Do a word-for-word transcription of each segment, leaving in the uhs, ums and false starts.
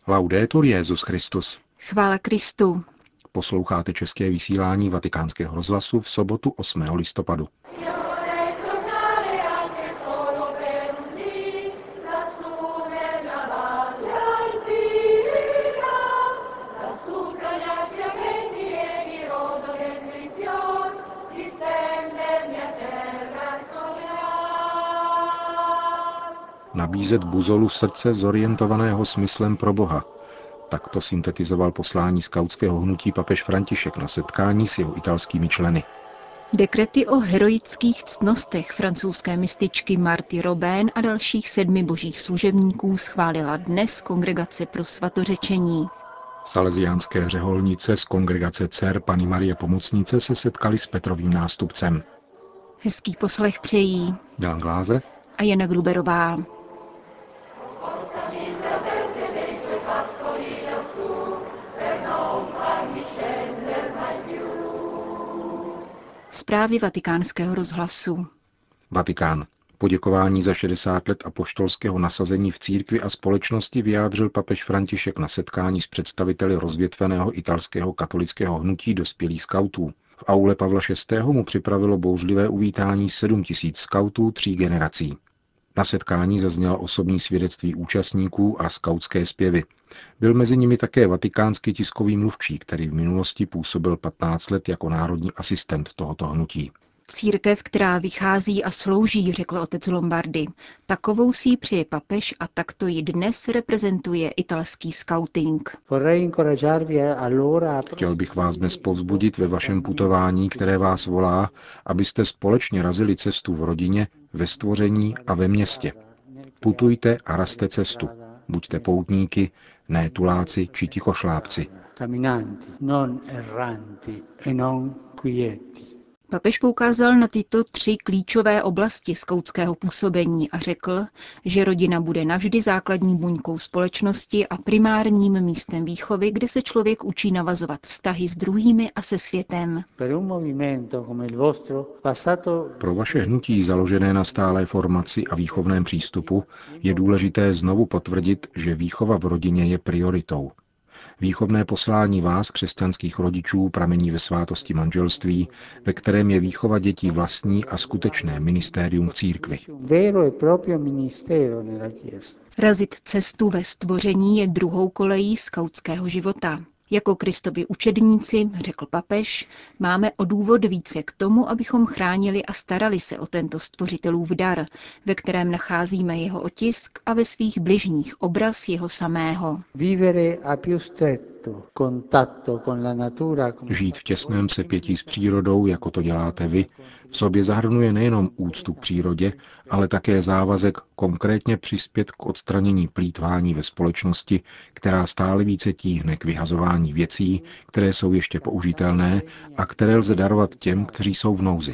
Laudetur Jesus Christus. Chvála Kristu. Posloucháte české vysílání Vatikánského rozhlasu v sobotu osmého listopadu. Nabízet buzolu srdce zorientovaného smyslem pro Boha. Takto syntetizoval poslání skautského hnutí papež František na setkání s jeho italskými členy. Dekrety o heroických ctnostech francouzské mističky Marty Robin a dalších sedmi božích služebníků schválila dnes Kongregace pro svatořečení. Salesiánské řeholnice z kongregace dcer Panny Marie Pomocnice se setkali s Petrovým nástupcem. Hezký poslech přejí Milan Glázer a Jana Gruberová. Zprávy Vatikánského rozhlasu. Vatikán. Poděkování za šedesát let apoštolského nasazení v církvi a společnosti vyjádřil papež František na setkání s představiteli rozvětveného italského katolického hnutí dospělých skautů. V aule Pavla šestého. mu připravilo bouřlivé uvítání sedm tisíc skautů tří generací. Na setkání zazněla osobní svědectví účastníků a skautské zpěvy. Byl mezi nimi také vatikánský tiskový mluvčí, který v minulosti působil patnáct let jako národní asistent tohoto hnutí. Církev, která vychází a slouží, řekl otec Lombardy. Takovou si ji přeje papež a takto ji dnes reprezentuje italský skauting. Chtěl bych vás dnes povzbudit ve vašem putování, které vás volá, abyste společně razili cestu v rodině, ve stvoření a ve městě. Putujte a razte cestu. Buďte poutníky, ne tuláci či tichošlápci. Papež poukázal na tyto tři klíčové oblasti skautského působení a řekl, že rodina bude navždy základní buňkou společnosti a primárním místem výchovy, kde se člověk učí navazovat vztahy s druhými a se světem. Pro vaše hnutí založené na stálé formaci a výchovném přístupu je důležité znovu potvrdit, že výchova v rodině je prioritou. Výchovné poslání vás, křesťanských rodičů, pramení ve svátosti manželství, ve kterém je výchova dětí vlastní a skutečné ministérium v církvi. Razit cestu ve stvoření je druhou kolejí skautského života. Jako Kristovi učedníci, řekl papež, máme o důvod více k tomu, abychom chránili a starali se o tento stvořitelův dar, ve kterém nacházíme jeho otisk a ve svých bližních obraz jeho samého. Žít v těsném sepětí s přírodou, jako to děláte vy, v sobě zahrnuje nejenom úctu k přírodě, ale také závazek konkrétně přispět k odstranění plýtvání ve společnosti, která stále více tíhne k vyhazování věcí, které jsou ještě použitelné a které lze darovat těm, kteří jsou v nouzi.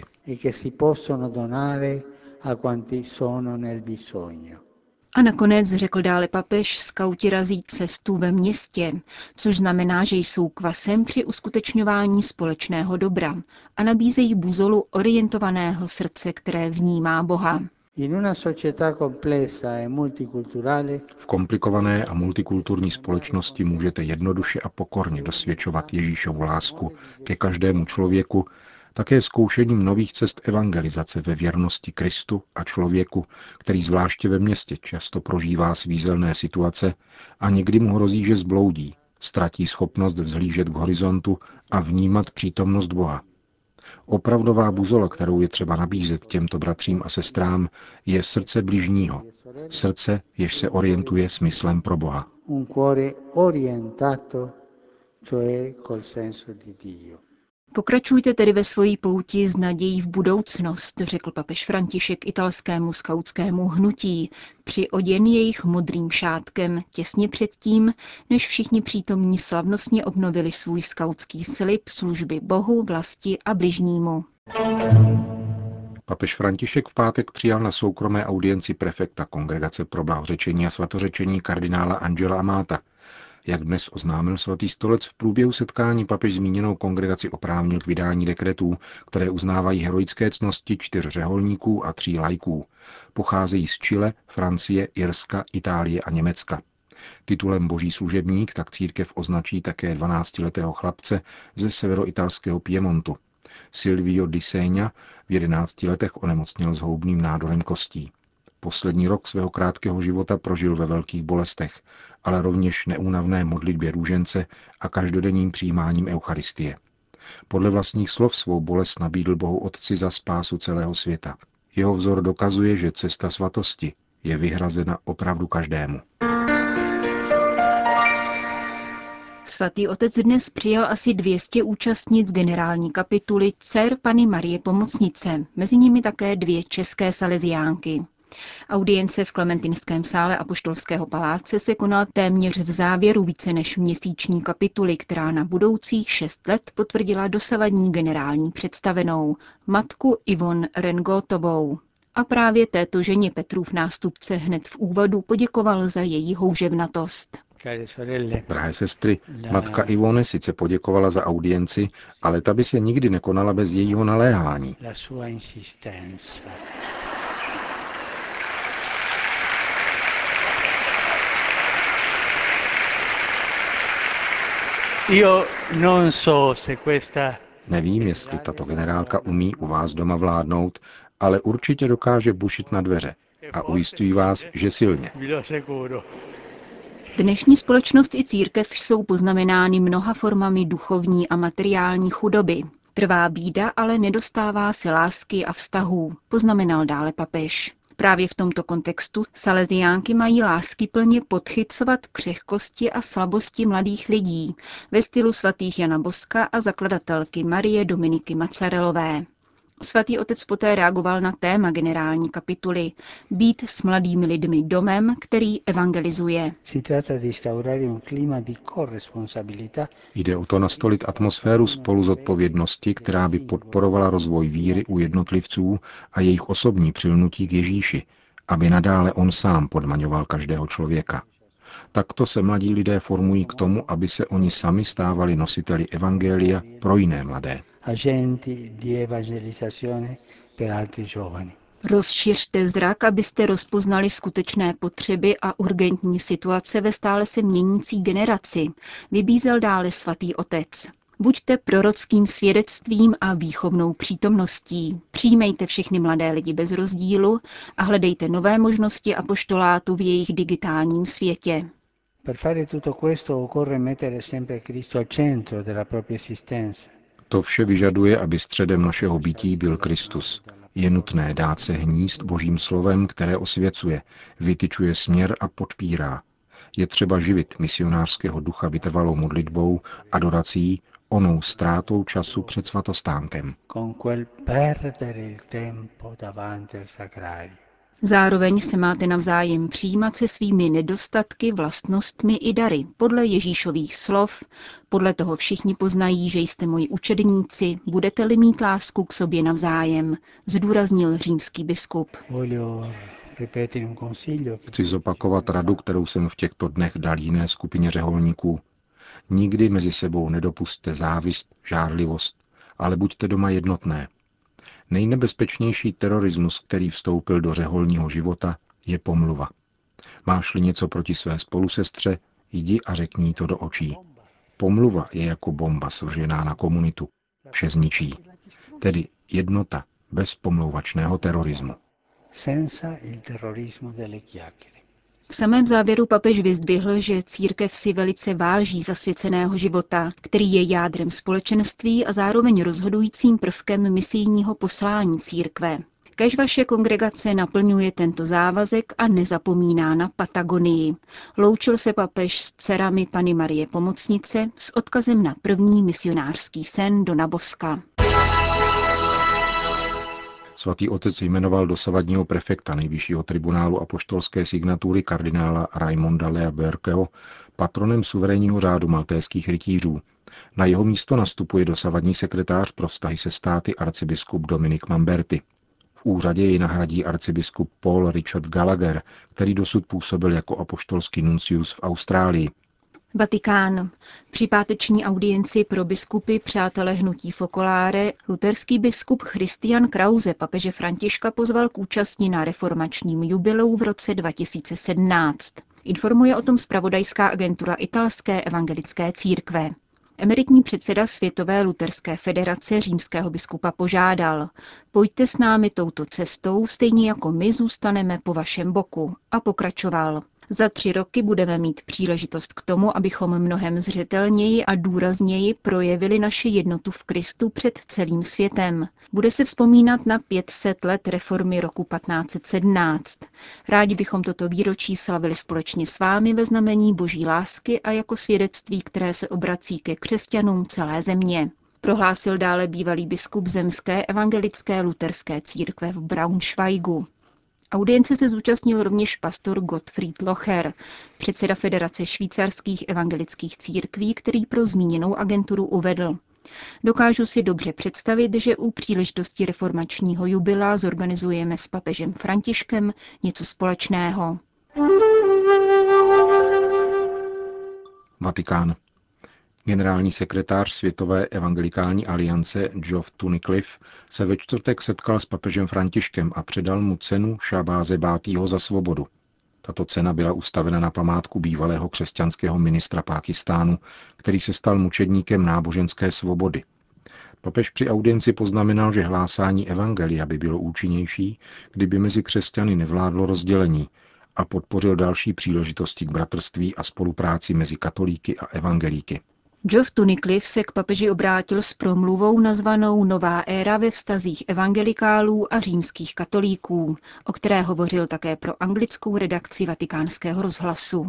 A nakonec, řekl dále papež, skauti razí cestu ve městě, což znamená, že jsou kvasem při uskutečňování společného dobra a nabízejí buzolu orientovaného srdce, které vnímá Boha. V komplikované a multikulturní společnosti můžete jednoduše a pokorně dosvědčovat Ježíšovu lásku ke každému člověku, také zkoušením nových cest evangelizace ve věrnosti Kristu a člověku, který zvláště ve městě často prožívá svízelné situace a někdy mu hrozí, že zbloudí, ztratí schopnost vzhlížet k horizontu a vnímat přítomnost Boha. Opravdová buzola, kterou je třeba nabízet těmto bratřím a sestrám, je srdce bližního. Srdce, jež se orientuje smyslem pro Boha. Pokračujte tedy ve svojí pouti s nadějí v budoucnost, řekl papež František italskému skautskému hnutí, při oděn jejich modrým šátkem těsně předtím, než všichni přítomní slavnostně obnovili svůj skautský slib služby Bohu, vlasti a bližnímu. Papež František v pátek přijal na soukromé audienci prefekta Kongregace pro blahořečení a svatořečení kardinála Angela Amata. Jak dnes oznámil svatý stolec, v průběhu setkání papež zmíněnou kongregaci oprávnil k vydání dekretů, které uznávají heroické ctnosti čtyř řeholníků a tří laiků. Pocházejí z Chile, Francie, Irska, Itálie a Německa. Titulem boží služebník tak církev označí také dvanáctiletého chlapce ze severoitalského Piemontu. Silvio Di Segna v jedenácti letech onemocněl zhoubným nádorem kostí. Poslední rok svého krátkého života prožil ve velkých bolestech, ale rovněž neúnavné modlitbě růžence a každodenním přijímáním eucharistie. Podle vlastních slov svou bolest nabídl Bohu Otci za spásu celého světa. Jeho vzor dokazuje, že cesta svatosti je vyhrazena opravdu každému. Svatý otec dnes přijal asi dvě stě účastnic generální kapituly dcer Panny Marie Pomocnice, mezi nimi také dvě české saleziánky. Audience v Klementinském sále Apoštolského paláce se konala téměř v závěru více než měsíční kapituly, která na budoucích šest let potvrdila dosavadní generální představenou, matku Yvonne Rengotovou. A právě této ženě Petrův nástupce hned v úvodu poděkoval za její houževnatost. Drahé sestry, matka Ivone sice poděkovala za audienci, ale ta by se nikdy nekonala bez jejího naléhání. Nevím, jestli tato generálka umí u vás doma vládnout, ale určitě dokáže bušit na dveře. A ujistuji vás, že silně. Dnešní společnost i církev jsou poznamenány mnoha formami duchovní a materiální chudoby. Trvá bída, ale nedostává se lásky a vztahů, poznamenal dále papež. Právě v tomto kontextu saleziánky mají láskyplně podchycovat křehkosti a slabosti mladých lidí ve stylu svatých Jana Boska a zakladatelky Marie Dominiky Mazzarellové. Svatý otec poté reagoval na téma generální kapituly být s mladými lidmi domem, který evangelizuje. Jde o to nastolit atmosféru spoluzodpovědnosti, která by podporovala rozvoj víry u jednotlivců a jejich osobní přilnutí k Ježíši, aby nadále on sám podmaňoval každého člověka. Takto se mladí lidé formují k tomu, aby se oni sami stávali nositeli evangelia pro jiné mladé. Rozšiřte zrak, abyste rozpoznali skutečné potřeby a urgentní situace ve stále se měnící generaci, vybízel dále svatý otec. Buďte prorockým svědectvím a výchovnou přítomností. Přijmejte všechny mladé lidi bez rozdílu a hledejte nové možnosti apoštolátu v jejich digitálním světě. To vše vyžaduje, aby středem našeho bytí byl Kristus. Je nutné dát se hnízd Božím slovem, které osvěcuje, vytyčuje směr a podpírá. Je třeba živit misionářského ducha vytrvalou modlitbou, adorací, onou ztrátou času před svatostánkem. Zároveň se máte navzájem přijímat se svými nedostatky, vlastnostmi i dary, podle Ježíšových slov. Podle toho všichni poznají, že jste moji učedníci, budete-li mít lásku k sobě navzájem, zdůraznil římský biskup. Chci zopakovat radu, kterou jsem v těchto dnech dal jiné skupině řeholníků. Nikdy mezi sebou nedopusťte závist, žárlivost, ale buďte doma jednotné. Nejnebezpečnější terorismus, který vstoupil do řeholního života, je pomluva. Máš-li něco proti své spolusestře, jdi a řekni jí to do očí. Pomluva je jako bomba svržená na komunitu. Vše zničí. Tedy jednota bez pomlouvačného terorismu. V samém závěru papež vyzdvihl, že církev si velice váží zasvěceného života, který je jádrem společenství a zároveň rozhodujícím prvkem misijního poslání církve. Kéž vaše kongregace naplňuje tento závazek a nezapomíná na Patagonii. Loučil se papež s dcerami Panny Marie Pomocnice s odkazem na první misionářský sen Dona Boska. Svatý otec jmenoval dosavadního prefekta nejvyššího tribunálu apoštolské signatury kardinála Raimonda Lea Börkeho patronem suverénního řádu maltéských rytířů. Na jeho místo nastupuje dosavadní sekretář pro vztahy se státy arcibiskup Dominik Mamberti. V úřadě jej nahradí arcibiskup Paul Richard Gallagher, který dosud působil jako apoštolský nuncius v Austrálii. Vatikán. Při páteční audienci pro biskupy přátelé hnutí Focolare luterský biskup Christian Krause papeže Františka pozval k účasti na reformačním jubileu v roce dva tisíce sedmnáct. Informuje o tom zpravodajská agentura italské evangelické církve. Emeritní předseda Světové luterské federace římského biskupa požádal: pojďte s námi touto cestou, stejně jako my zůstaneme po vašem boku. A pokračoval: za tři roky budeme mít příležitost k tomu, abychom mnohem zřetelněji a důrazněji projevili naši jednotu v Kristu před celým světem. Bude se vzpomínat na pět set let reformy roku patnáct set sedmnáct. Rádi bychom toto výročí slavili společně s vámi ve znamení boží lásky a jako svědectví, které se obrací ke křesťanům celé země. Prohlásil dále bývalý biskup zemské evangelické luterské církve v Braunschweigu. Audience se zúčastnil rovněž pastor Gottfried Locher, předseda Federace švýcarských evangelických církví, který pro zmíněnou agenturu uvedl: dokážu si dobře představit, že u příležitosti reformačního jubilea zorganizujeme s papežem Františkem něco společného. Vatikán. Generální sekretář Světové evangelikální aliance Geoff Tunnicliffe se ve čtvrtek setkal s papežem Františkem a předal mu cenu Šahbáze Bátýho za svobodu. Tato cena byla ustavena na památku bývalého křesťanského ministra Pákistánu, který se stal mučedníkem náboženské svobody. Papež při audienci poznamenal, že hlásání evangelia by bylo účinnější, kdyby mezi křesťany nevládlo rozdělení, a podpořil další příležitosti k bratrství a spolupráci mezi katolíky a evangelíky. Geoff Tunnicliffe se k papeži obrátil s promluvou nazvanou Nová éra ve vztazích evangelikálů a římských katolíků, o které hovořil také pro anglickou redakci Vatikánského rozhlasu.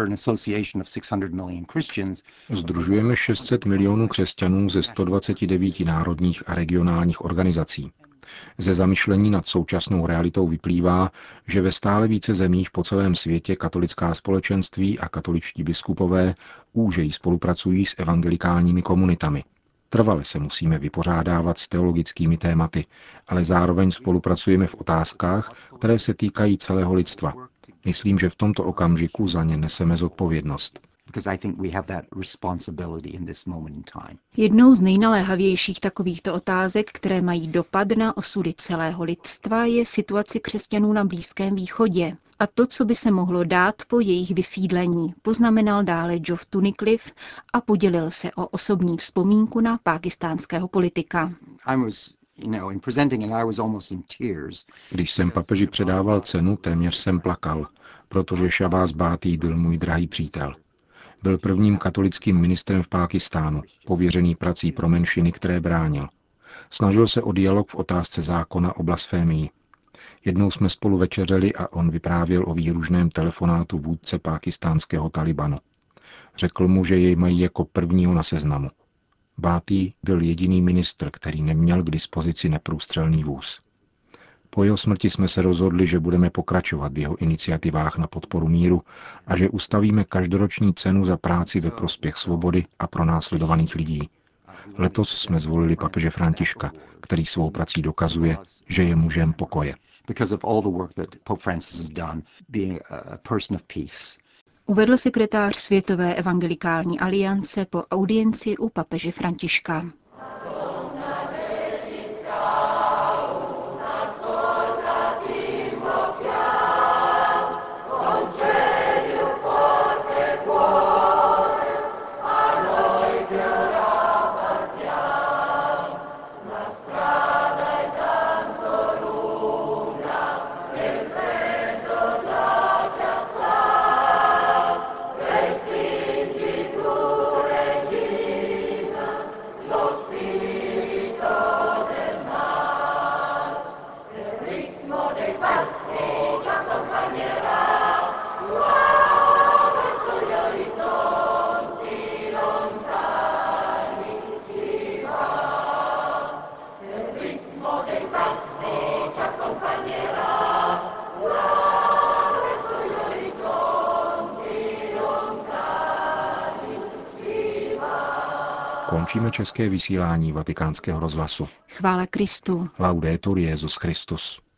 Sdružujeme šest set milionů křesťanů ze sto dvacet devět národních a regionálních organizací. Ze zamyšlení nad současnou realitou vyplývá, že ve stále více zemích po celém světě katolická společenství a katoličtí biskupové úžeji spolupracují s evangelikálními komunitami. Trvale se musíme vypořádávat s teologickými tématy, ale zároveň spolupracujeme v otázkách, které se týkají celého lidstva. Myslím, že v tomto okamžiku za ně neseme zodpovědnost. Jednou z nejnaléhavějších takovýchto otázek, které mají dopad na osudy celého lidstva, je situace křesťanů na Blízkém východě a to, co by se mohlo dát po jejich vysídlení, poznamenal dále Geoff Tunnicliffe a podělil se o osobní vzpomínku na pákistánského politika. Když jsem papeži předával cenu, téměř jsem plakal, protože Šahbáz Bátí byl můj drahý přítel. Byl prvním katolickým ministrem v Pákistánu, pověřený prací pro menšiny, které bránil. Snažil se o dialog v otázce zákona o blasfémii. Jednou jsme spolu večeřeli a on vyprávěl o výhružném telefonátu vůdce pákistánského Talibanu. Řekl mu, že jej mají jako prvního na seznamu. Bátí byl jediný ministr, který neměl k dispozici neprůstřelný vůz. Po jeho smrti jsme se rozhodli, že budeme pokračovat v jeho iniciativách na podporu míru a že ustavíme každoroční cenu za práci ve prospěch svobody a pronásledovaných lidí. Letos jsme zvolili papeže Františka, který svou prací dokazuje, že je mužem pokoje. Uvedl sekretář Světové evangelikální aliance po audienci u papeže Františka. Končíme české vysílání Vatikánského rozhlasu. Chvála Kristu. Laudetur Jesus Christus.